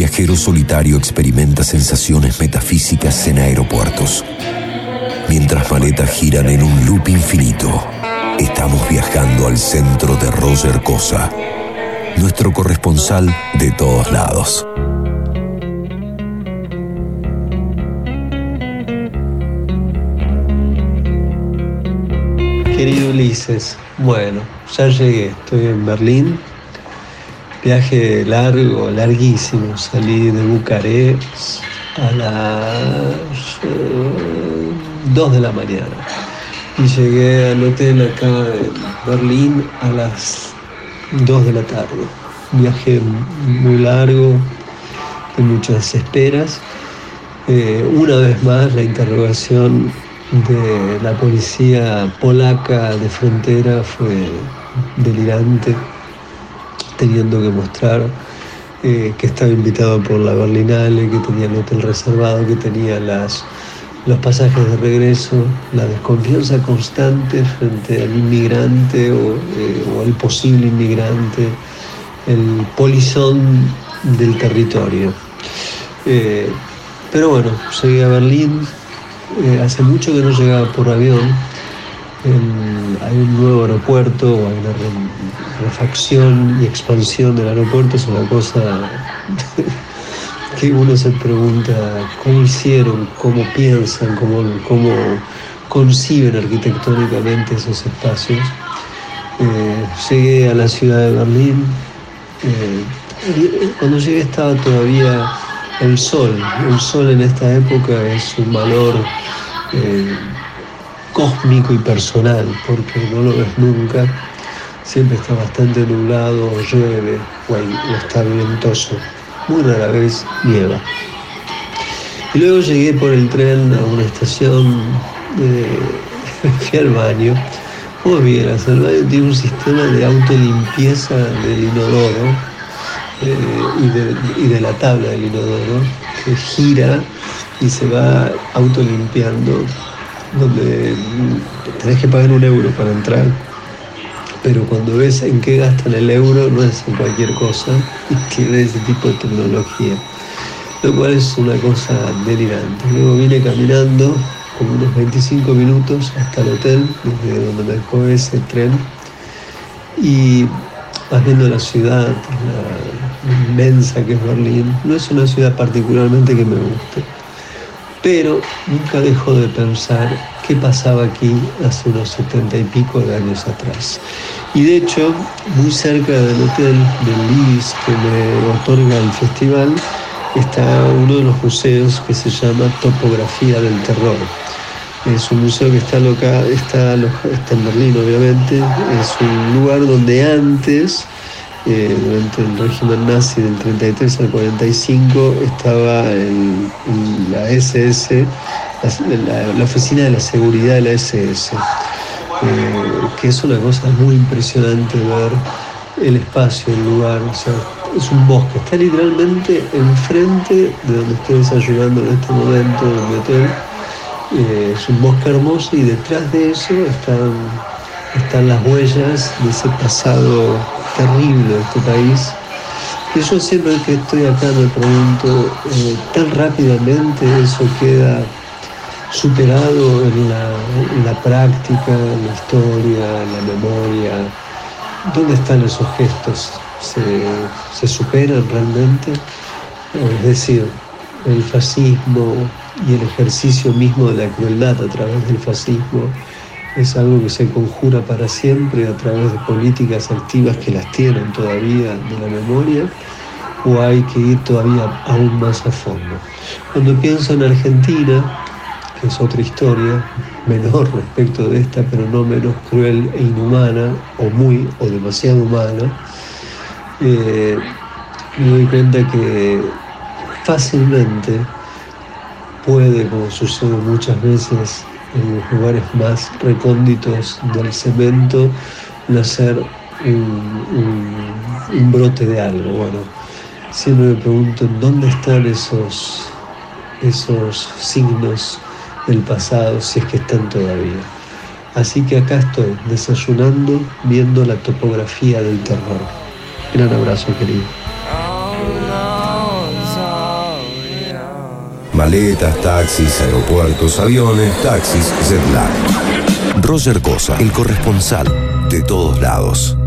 viajero solitario experimenta sensaciones metafísicas en aeropuertos. Mientras maletas giran en un loop infinito, estamos viajando al centro de Roger Cosa, nuestro corresponsal de todos lados. Querido Ulises, bueno, ya llegué, estoy en Berlín. Viaje largo, larguísimo. Salí de Bucarest a las 2 de la mañana y llegué al hotel acá en Berlín a las 2 de la tarde. Un viaje muy largo, de muchas esperas. Una vez más la interrogación de la policía polaca de frontera fue delirante, teniendo que mostrar que estaba invitado por la Berlinale, que tenía el hotel reservado, que tenía los pasajes de regreso, la desconfianza constante frente al inmigrante o al posible inmigrante, el polizón del territorio. Pero bueno, llegué a Berlín. Hace mucho que no llegaba por avión. Hay un nuevo aeropuerto, hay una refacción y expansión del aeropuerto. Es una cosa que uno se pregunta cómo hicieron, cómo piensan, cómo conciben arquitectónicamente esos espacios. Llegué a la ciudad de Berlín. Cuando llegué estaba todavía el sol. El sol en esta época es un valor cósmico y personal, porque no lo ves nunca. Siempre está bastante nublado, o llueve, o está vientoso. Muy rara vez nieva. Y luego llegué por el tren a una estación, fui al baño. Muy bien, el baño tiene un sistema de autolimpieza del inodoro y de la tabla del inodoro, que gira y se va autolimpiando, donde tenés que pagar €1 para entrar, pero cuando ves en qué gastan el euro no es en cualquier cosa, y tiene ese tipo de tecnología, lo cual es una cosa delirante. Luego vine caminando como unos 25 minutos hasta el hotel, desde donde me dejó ese tren, y vas viendo la ciudad, la inmensa que es Berlín. No es una ciudad particularmente que me guste, pero nunca dejo de pensar qué pasaba aquí hace unos 70 y pico de años atrás. Y de hecho, muy cerca del hotel del IBIS que me otorga el festival, está uno de los museos que se llama Topografía del Terror. Es un museo que está en Berlín, obviamente. Es un lugar donde antes, durante el régimen nazi del 33 al 45, estaba la SS, la oficina de la seguridad de la SS, que es una cosa muy impresionante ver el espacio, el lugar. O sea, es un bosque, está literalmente enfrente de donde estoy desayunando en este momento, en mi hotel. Es un bosque hermoso, y detrás de eso están las huellas de ese pasado terrible de este país. Y yo siempre que estoy acá me pregunto, tan rápidamente eso queda superado en la práctica, en la historia, en la memoria. ¿Dónde están esos gestos? ¿Se superan realmente? Es decir, el fascismo y el ejercicio mismo de la crueldad a través del fascismo es algo que se conjura para siempre a través de políticas activas que las tienen todavía de la memoria, o hay que ir todavía aún más a fondo. Cuando pienso en Argentina, que es otra historia, menor respecto de esta, pero no menos cruel e inhumana, o demasiado humana, me doy cuenta que fácilmente puede, como sucede muchas veces en los lugares más recónditos del cemento, nacer un brote de algo. Bueno, siempre me pregunto en dónde están esos signos del pasado, si es que están todavía. Así que acá estoy, desayunando, viendo la topografía del terror. Gran abrazo, querido. Maletas, taxis, aeropuertos, aviones, taxis, jet lag. Roger Cosa, el corresponsal de todos lados.